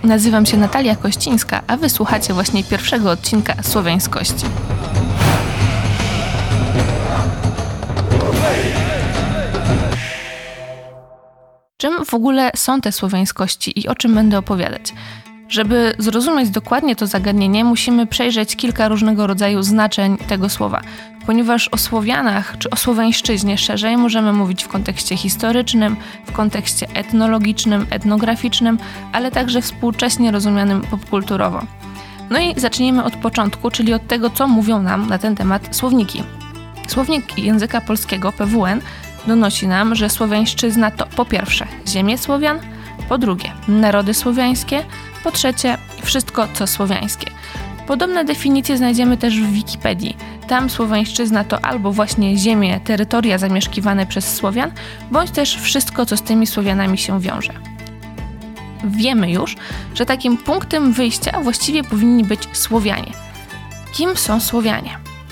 Nazywam się Natalia Kościńska, a wysłuchacie właśnie pierwszego odcinka Słowiańskości. Czym w ogóle są te słowiańskości i o czym będę opowiadać? Żeby zrozumieć dokładnie to zagadnienie, musimy przejrzeć kilka różnego rodzaju znaczeń tego słowa, ponieważ o Słowianach czy o słowiańszczyźnie szerzej możemy mówić w kontekście historycznym, w kontekście etnologicznym, etnograficznym, ale także współcześnie rozumianym popkulturowo. No i zacznijmy od początku, czyli od tego, co mówią nam na ten temat słowniki. Słownik języka polskiego PWN donosi nam, że słowiańszczyzna to po pierwsze ziemie Słowian, po drugie narody słowiańskie, po trzecie wszystko co słowiańskie. Podobne definicje znajdziemy też w Wikipedii. Tam słowiańszczyzna to albo właśnie ziemie, terytoria zamieszkiwane przez Słowian, bądź też wszystko co z tymi Słowianami się wiąże. Wiemy już, że takim punktem wyjścia właściwie powinni być Słowianie. Kim są Słowianie?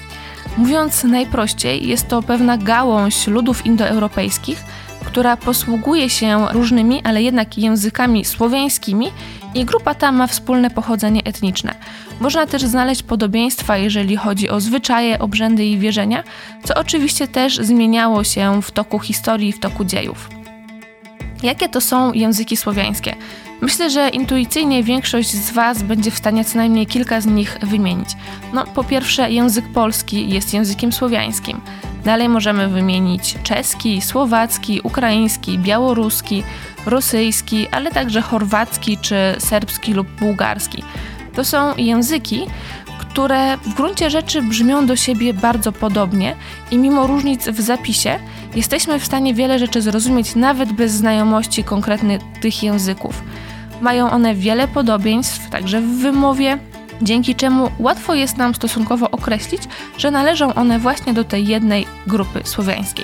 Mówiąc najprościej, jest to pewna gałąź ludów indoeuropejskich, która posługuje się różnymi, ale jednak językami słowiańskimi i grupa ta ma wspólne pochodzenie etniczne. Można też znaleźć podobieństwa, jeżeli chodzi o zwyczaje, obrzędy i wierzenia, co oczywiście też zmieniało się w toku historii, w toku dziejów. Jakie to są języki słowiańskie? Myślę, że intuicyjnie większość z Was będzie w stanie co najmniej kilka z nich wymienić. Po pierwsze, język polski jest językiem słowiańskim. Dalej możemy wymienić czeski, słowacki, ukraiński, białoruski, rosyjski, ale także chorwacki czy serbski lub bułgarski. To są języki, które w gruncie rzeczy brzmią do siebie bardzo podobnie i mimo różnic w zapisie jesteśmy w stanie wiele rzeczy zrozumieć nawet bez znajomości konkretnych tych języków. Mają one wiele podobieństw, także w wymowie, dzięki czemu łatwo jest nam stosunkowo określić, że należą one właśnie do tej jednej grupy słowiańskiej.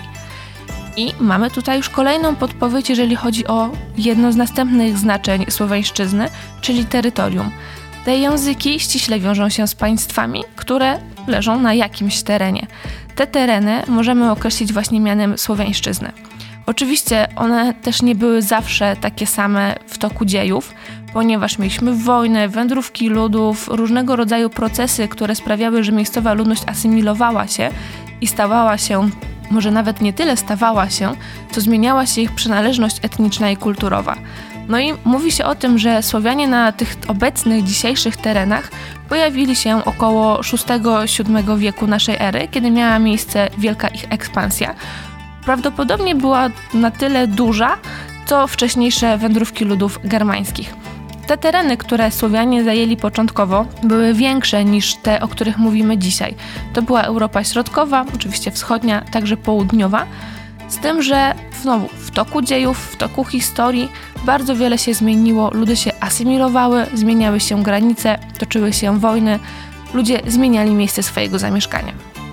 I mamy tutaj już kolejną podpowiedź, jeżeli chodzi o jedno z następnych znaczeń słowiańszczyzny, czyli terytorium. Te języki ściśle wiążą się z państwami, które leżą na jakimś terenie. Te tereny możemy określić właśnie mianem słowiańszczyzny. Oczywiście one też nie były zawsze takie same w toku dziejów, ponieważ mieliśmy wojny, wędrówki ludów, różnego rodzaju procesy, które sprawiały, że miejscowa ludność asymilowała się i stawała się, może nawet nie tyle stawała się, co zmieniała się ich przynależność etniczna i kulturowa. I mówi się o tym, że Słowianie na tych obecnych, dzisiejszych terenach pojawili się około VI-VII wieku naszej ery, kiedy miała miejsce wielka ich ekspansja. Prawdopodobnie była na tyle duża, co wcześniejsze wędrówki ludów germańskich. Te tereny, które Słowianie zajęli początkowo, były większe niż te, o których mówimy dzisiaj. To była Europa Środkowa, oczywiście wschodnia, także południowa, z tym, że znowu w toku dziejów, w toku historii bardzo wiele się zmieniło, ludy się asymilowały, zmieniały się granice, toczyły się wojny, ludzie zmieniali miejsce swojego zamieszkania.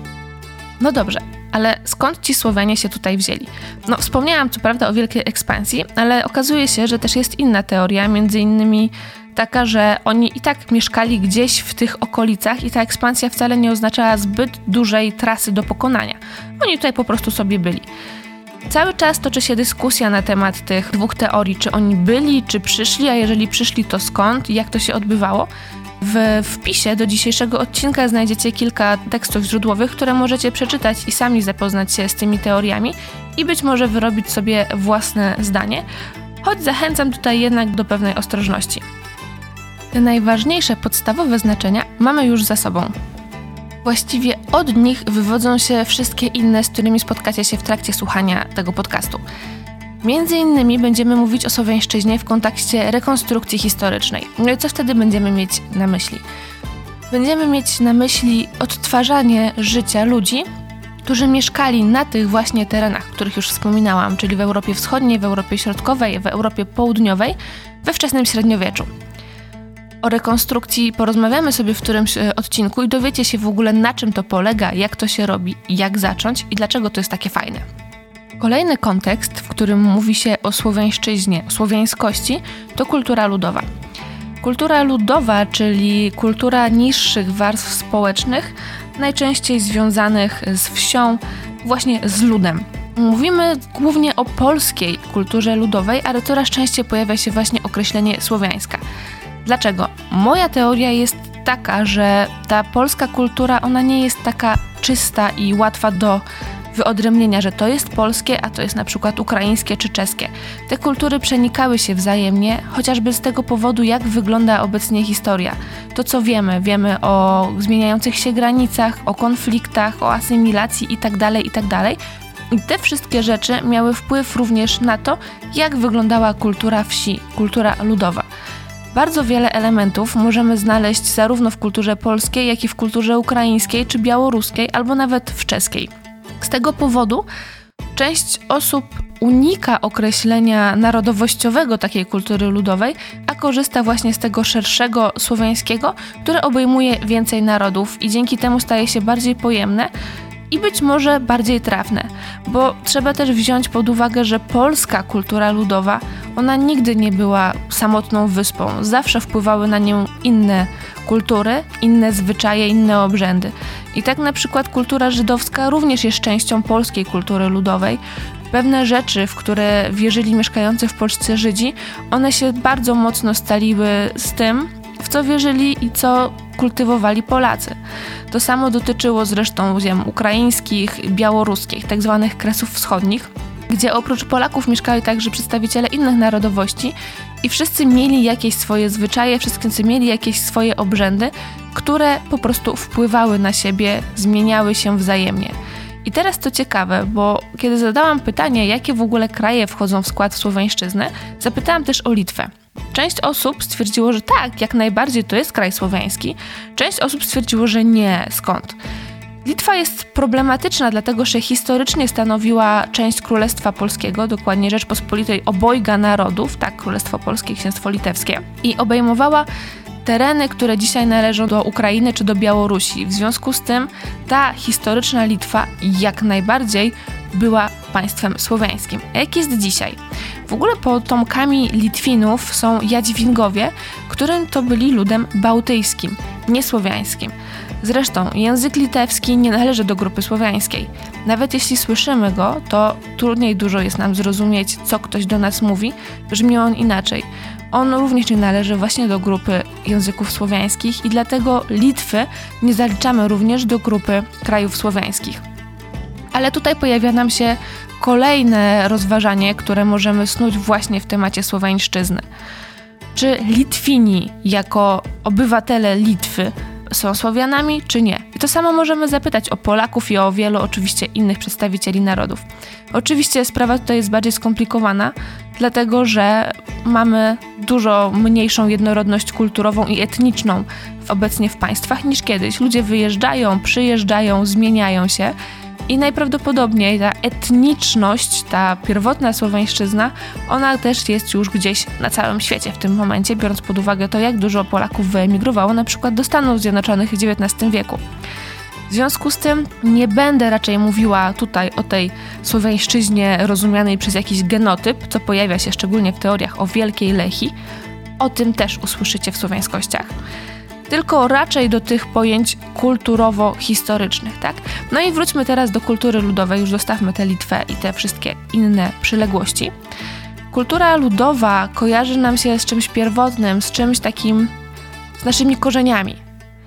No dobrze, ale skąd ci Słowianie się tutaj wzięli? Wspomniałam co prawda o wielkiej ekspansji, ale okazuje się, że też jest inna teoria, między innymi taka, że oni i tak mieszkali gdzieś w tych okolicach i ta ekspansja wcale nie oznaczała zbyt dużej trasy do pokonania. Oni tutaj po prostu sobie byli. Cały czas toczy się dyskusja na temat tych dwóch teorii, czy oni byli, czy przyszli, a jeżeli przyszli, to skąd i jak to się odbywało. W wpisie do dzisiejszego odcinka znajdziecie kilka tekstów źródłowych, które możecie przeczytać i sami zapoznać się z tymi teoriami i być może wyrobić sobie własne zdanie, choć zachęcam tutaj jednak do pewnej ostrożności. Te najważniejsze, podstawowe znaczenia mamy już za sobą. Właściwie od nich wywodzą się wszystkie inne, z którymi spotkacie się w trakcie słuchania tego podcastu. Między innymi będziemy mówić o słowiańszczyźnie w kontekście rekonstrukcji historycznej. I co wtedy będziemy mieć na myśli? Będziemy mieć na myśli odtwarzanie życia ludzi, którzy mieszkali na tych właśnie terenach, o których już wspominałam, czyli w Europie Wschodniej, w Europie Środkowej, w Europie Południowej, we wczesnym średniowieczu. O rekonstrukcji porozmawiamy sobie w którymś odcinku i dowiecie się w ogóle, na czym to polega, jak to się robi, jak zacząć i dlaczego to jest takie fajne. Kolejny kontekst, w którym mówi się o słowiańszczyźnie, o słowiańskości, to kultura ludowa. Kultura ludowa, czyli kultura niższych warstw społecznych, najczęściej związanych z wsią, właśnie z ludem. Mówimy głównie o polskiej kulturze ludowej, ale coraz częściej pojawia się właśnie określenie słowiańska. Dlaczego? Moja teoria jest taka, że ta polska kultura, ona nie jest taka czysta i łatwa do wyodrębnienia, że to jest polskie, a to jest na przykład ukraińskie czy czeskie. Te kultury przenikały się wzajemnie, chociażby z tego powodu, jak wygląda obecnie historia. To, co wiemy o zmieniających się granicach, o konfliktach, o asymilacji itd. I te wszystkie rzeczy miały wpływ również na to, jak wyglądała kultura wsi, kultura ludowa. Bardzo wiele elementów możemy znaleźć zarówno w kulturze polskiej, jak i w kulturze ukraińskiej czy białoruskiej, albo nawet w czeskiej. Z tego powodu część osób unika określenia narodowościowego takiej kultury ludowej, a korzysta właśnie z tego szerszego słowiańskiego, które obejmuje więcej narodów i dzięki temu staje się bardziej pojemne i być może bardziej trafne, bo trzeba też wziąć pod uwagę, że polska kultura ludowa, ona nigdy nie była samotną wyspą, zawsze wpływały na nią inne kultury, inne zwyczaje, inne obrzędy. I tak na przykład kultura żydowska również jest częścią polskiej kultury ludowej. Pewne rzeczy, w które wierzyli mieszkający w Polsce Żydzi, one się bardzo mocno staliły z tym, w co wierzyli i co kultywowali Polacy. To samo dotyczyło zresztą ziem ukraińskich, białoruskich, tak zwanych Kresów Wschodnich, gdzie oprócz Polaków mieszkali także przedstawiciele innych narodowości i wszyscy mieli jakieś swoje zwyczaje, wszyscy mieli jakieś swoje obrzędy, które po prostu wpływały na siebie, zmieniały się wzajemnie. I teraz to ciekawe, bo kiedy zadałam pytanie, jakie w ogóle kraje wchodzą w skład słowiańszczyzny, zapytałam też o Litwę. Część osób stwierdziło, że tak, jak najbardziej to jest kraj słowiański. Część osób stwierdziło, że nie, skąd? Litwa jest problematyczna, dlatego że historycznie stanowiła część Królestwa Polskiego, dokładnie Rzeczpospolitej Obojga Narodów, tak, Królestwo Polskie, Księstwo Litewskie, i obejmowała tereny, które dzisiaj należą do Ukrainy czy do Białorusi. W związku z tym ta historyczna Litwa jak najbardziej była państwem słowiańskim. A jak jest dzisiaj? W ogóle potomkami Litwinów są Jadźwingowie, którym to byli ludem bałtyjskim, nie słowiańskim. Zresztą język litewski nie należy do grupy słowiańskiej. Nawet jeśli słyszymy go, to trudniej dużo jest nam zrozumieć, co ktoś do nas mówi, brzmi on inaczej. On również nie należy właśnie do grupy języków słowiańskich i dlatego Litwy nie zaliczamy również do grupy krajów słowiańskich. Ale tutaj pojawia nam się kolejne rozważanie, które możemy snuć właśnie w temacie słowiańszczyzny. Czy Litwini jako obywatele Litwy są Słowianami, czy nie? I to samo możemy zapytać o Polaków i o wielu oczywiście innych przedstawicieli narodów. Oczywiście sprawa tutaj jest bardziej skomplikowana, dlatego że mamy dużo mniejszą jednorodność kulturową i etniczną obecnie w państwach niż kiedyś. Ludzie wyjeżdżają, przyjeżdżają, zmieniają się i najprawdopodobniej ta etniczność, ta pierwotna słowiańszczyzna, ona też jest już gdzieś na całym świecie w tym momencie, biorąc pod uwagę to, jak dużo Polaków wyemigrowało na przykład do Stanów Zjednoczonych w XIX wieku. W związku z tym nie będę raczej mówiła tutaj o tej słowiańszczyźnie rozumianej przez jakiś genotyp, co pojawia się szczególnie w teoriach o Wielkiej Lechii. O tym też usłyszycie w słowiańskościach. Tylko raczej do tych pojęć kulturowo-historycznych, tak? No i wróćmy teraz do kultury ludowej, już zostawmy tę Litwę i te wszystkie inne przyległości. Kultura ludowa kojarzy nam się z czymś pierwotnym, z czymś takim, z naszymi korzeniami.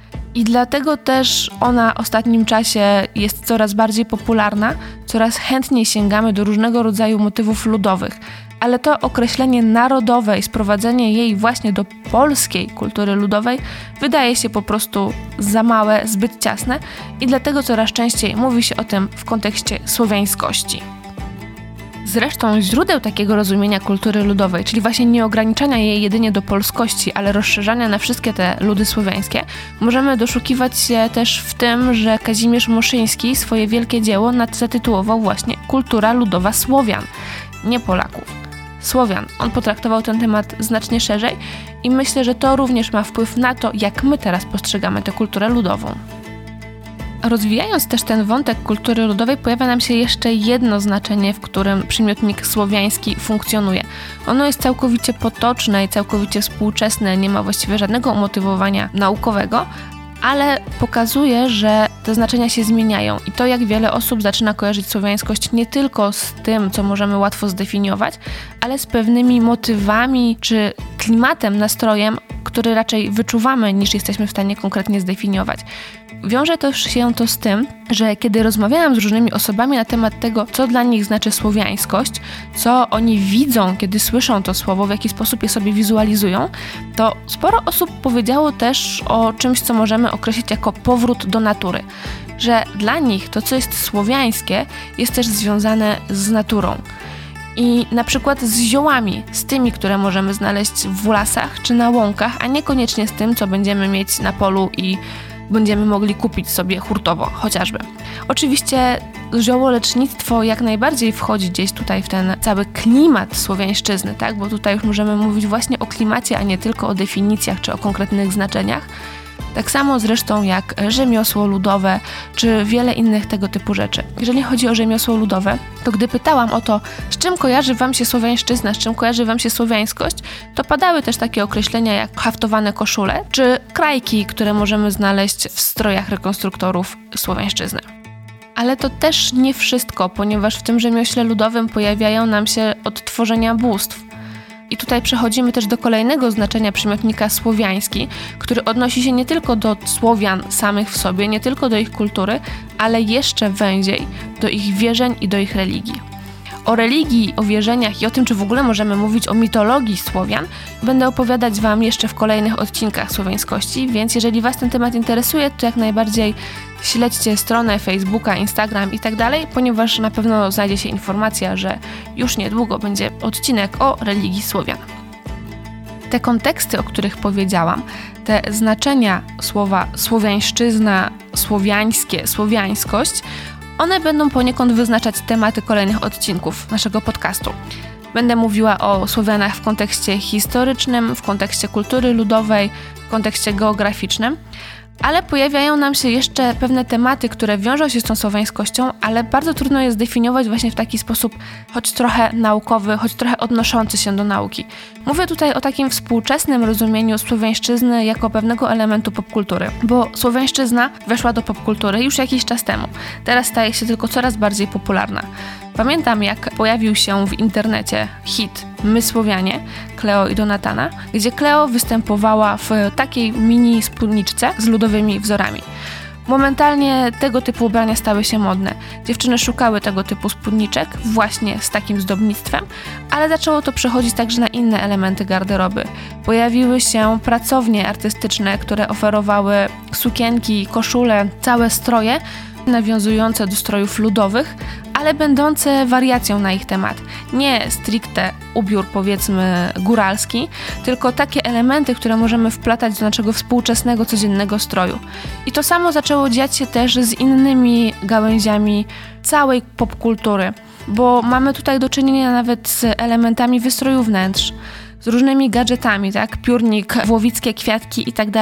I dlatego też ona w ostatnim czasie jest coraz bardziej popularna, coraz chętniej sięgamy do różnego rodzaju motywów ludowych. Ale to określenie narodowe i sprowadzenie jej właśnie do polskiej kultury ludowej wydaje się po prostu za małe, zbyt ciasne i dlatego coraz częściej mówi się o tym w kontekście słowiańskości. Zresztą źródeł takiego rozumienia kultury ludowej, czyli właśnie nie ograniczania jej jedynie do polskości, ale rozszerzania na wszystkie te ludy słowiańskie, możemy doszukiwać się też w tym, że Kazimierz Moszyński swoje wielkie dzieło zatytułował właśnie Kultura ludowa Słowian, nie Polaków. Słowian. On potraktował ten temat znacznie szerzej i myślę, że to również ma wpływ na to, jak my teraz postrzegamy tę kulturę ludową. Rozwijając też ten wątek kultury ludowej, pojawia nam się jeszcze jedno znaczenie, w którym przymiotnik słowiański funkcjonuje. Ono jest całkowicie potoczne i całkowicie współczesne, nie ma właściwie żadnego umotywowania naukowego, ale pokazuje, że te znaczenia się zmieniają i to, jak wiele osób zaczyna kojarzyć słowiańskość nie tylko z tym, co możemy łatwo zdefiniować, ale z pewnymi motywami czy klimatem, nastrojem, który raczej wyczuwamy, niż jesteśmy w stanie konkretnie zdefiniować. Wiąże też się to z tym, że kiedy rozmawiałam z różnymi osobami na temat tego, co dla nich znaczy słowiańskość, co oni widzą, kiedy słyszą to słowo, w jaki sposób je sobie wizualizują, to sporo osób powiedziało też o czymś, co możemy określić jako powrót do natury. Że dla nich to, co jest słowiańskie, jest też związane z naturą. I na przykład z ziołami, z tymi, które możemy znaleźć w lasach czy na łąkach, a niekoniecznie z tym, co będziemy mieć na polu i będziemy mogli kupić sobie hurtowo chociażby. Oczywiście ziołolecznictwo jak najbardziej wchodzi gdzieś tutaj w ten cały klimat słowiańszczyzny, tak? Bo tutaj już możemy mówić właśnie o klimacie, a nie tylko o definicjach czy o konkretnych znaczeniach. Tak samo zresztą jak rzemiosło ludowe, czy wiele innych tego typu rzeczy. Jeżeli chodzi o rzemiosło ludowe, to gdy pytałam o to, z czym kojarzy Wam się słowiańszczyzna, z czym kojarzy Wam się słowiańskość, to padały też takie określenia jak haftowane koszule, czy krajki, które możemy znaleźć w strojach rekonstruktorów słowiańszczyzny. Ale to też nie wszystko, ponieważ w tym rzemiośle ludowym pojawiają nam się odtworzenia bóstw. I tutaj przechodzimy też do kolejnego znaczenia przymiotnika słowiański, który odnosi się nie tylko do Słowian samych w sobie, nie tylko do ich kultury, ale jeszcze węziej do ich wierzeń i do ich religii. O religii, o wierzeniach i o tym, czy w ogóle możemy mówić o mitologii Słowian, będę opowiadać Wam jeszcze w kolejnych odcinkach słowiańskości, więc jeżeli Was ten temat interesuje, to jak najbardziej śledźcie stronę Facebooka, Instagram i tak dalej, ponieważ na pewno znajdzie się informacja, że już niedługo będzie odcinek o religii Słowian. Te konteksty, o których powiedziałam, te znaczenia słowa słowiańszczyzna, słowiańskie, słowiańskość, one będą poniekąd wyznaczać tematy kolejnych odcinków naszego podcastu. Będę mówiła o Słowianach w kontekście historycznym, w kontekście kultury ludowej, w kontekście geograficznym, ale pojawiają nam się jeszcze pewne tematy, które wiążą się z tą słowiańskością, ale bardzo trudno je zdefiniować właśnie w taki sposób, choć trochę naukowy, choć trochę odnoszący się do nauki. Mówię tutaj o takim współczesnym rozumieniu słowiańszczyzny jako pewnego elementu popkultury, bo słowiańszczyzna weszła do popkultury już jakiś czas temu. Teraz staje się tylko coraz bardziej popularna. Pamiętam, jak pojawił się w internecie hit My Słowianie, Kleo i Donatana, gdzie Kleo występowała w takiej mini spódniczce z ludowymi wzorami. Momentalnie tego typu ubrania stały się modne. Dziewczyny szukały tego typu spódniczek właśnie z takim zdobnictwem, ale zaczęło to przechodzić także na inne elementy garderoby. Pojawiły się pracownie artystyczne, które oferowały sukienki, koszule, całe stroje nawiązujące do strojów ludowych, ale będące wariacją na ich temat. Nie stricte ubiór, powiedzmy, góralski, tylko takie elementy, które możemy wplatać do naszego współczesnego, codziennego stroju. I to samo zaczęło dziać się też z innymi gałęziami całej popkultury, bo mamy tutaj do czynienia nawet z elementami wystroju wnętrz, z różnymi gadżetami, tak? Piórnik, włowickie kwiatki itd.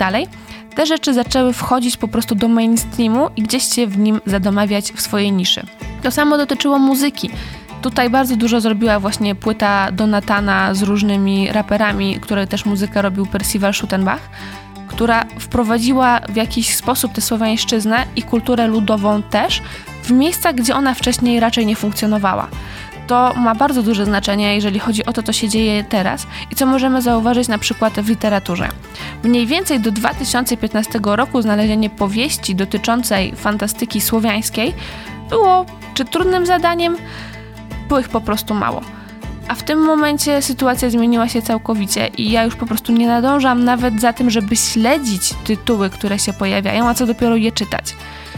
Te rzeczy zaczęły wchodzić po prostu do mainstreamu i gdzieś się w nim zadomawiać w swojej niszy. To samo dotyczyło muzyki. Tutaj bardzo dużo zrobiła właśnie płyta Donatana z różnymi raperami, które też muzykę robił Percival Schuttenbach, która wprowadziła w jakiś sposób tę słowiańszczyznę i kulturę ludową też w miejscach, gdzie ona wcześniej raczej nie funkcjonowała. To ma bardzo duże znaczenie, jeżeli chodzi o to, co się dzieje teraz i co możemy zauważyć na przykład w literaturze. Mniej więcej do 2015 roku znalezienie powieści dotyczącej fantastyki słowiańskiej było czy trudnym zadaniem, było ich po prostu mało. A w tym momencie sytuacja zmieniła się całkowicie i ja już po prostu nie nadążam nawet za tym, żeby śledzić tytuły, które się pojawiają, a co dopiero je czytać.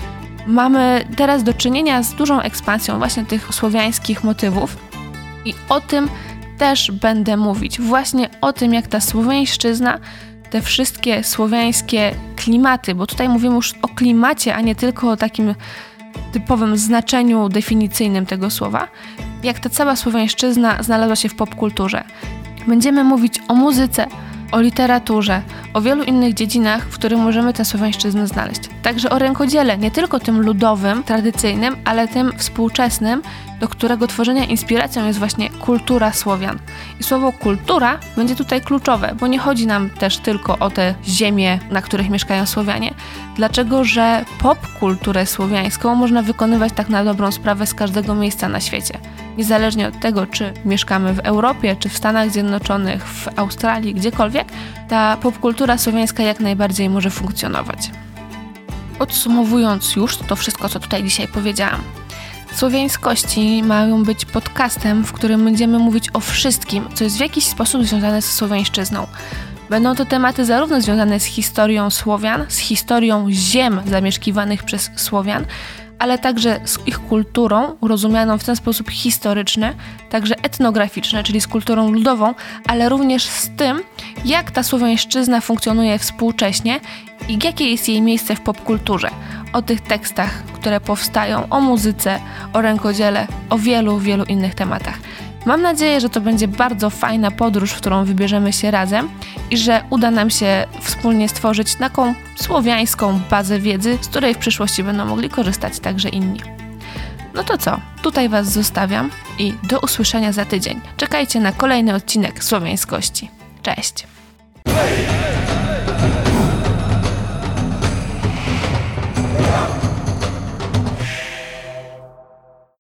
Mamy teraz do czynienia z dużą ekspansją właśnie tych słowiańskich motywów i o tym też będę mówić. Właśnie o tym, jak ta słowiańszczyzna, te wszystkie słowiańskie klimaty, bo tutaj mówimy już o klimacie, a nie tylko o takim typowym znaczeniu definicyjnym tego słowa, jak ta cała słowiańszczyzna znalazła się w popkulturze. Będziemy mówić o muzyce, o literaturze, o wielu innych dziedzinach, w których możemy tę słowiańszczyznę znaleźć. Także o rękodziele, nie tylko tym ludowym, tradycyjnym, ale tym współczesnym do którego tworzenia inspiracją jest właśnie kultura Słowian. I słowo kultura będzie tutaj kluczowe, bo nie chodzi nam też tylko o te ziemie, na których mieszkają Słowianie. Dlaczego? Że popkulturę słowiańską można wykonywać tak na dobrą sprawę z każdego miejsca na świecie. Niezależnie od tego, czy mieszkamy w Europie, czy w Stanach Zjednoczonych, w Australii, gdziekolwiek, ta popkultura słowiańska jak najbardziej może funkcjonować. Podsumowując już to wszystko, co tutaj dzisiaj powiedziałam. Słowiańskości mają być podcastem, w którym będziemy mówić o wszystkim, co jest w jakiś sposób związane z słowiańszczyzną. Będą to tematy zarówno związane z historią Słowian, z historią ziem zamieszkiwanych przez Słowian, ale także z ich kulturą, rozumianą w ten sposób historyczny, także etnograficzny, czyli z kulturą ludową, ale również z tym, jak ta słowiańszczyzna funkcjonuje współcześnie i jakie jest jej miejsce w popkulturze. O tych tekstach, które powstają, o muzyce, o rękodziele, o wielu, wielu innych tematach. Mam nadzieję, że to będzie bardzo fajna podróż, w którą wybierzemy się razem i że uda nam się wspólnie stworzyć taką słowiańską bazę wiedzy, z której w przyszłości będą mogli korzystać także inni. No to co? Tutaj Was zostawiam i do usłyszenia za tydzień. Czekajcie na kolejny odcinek Słowiańskości. Cześć!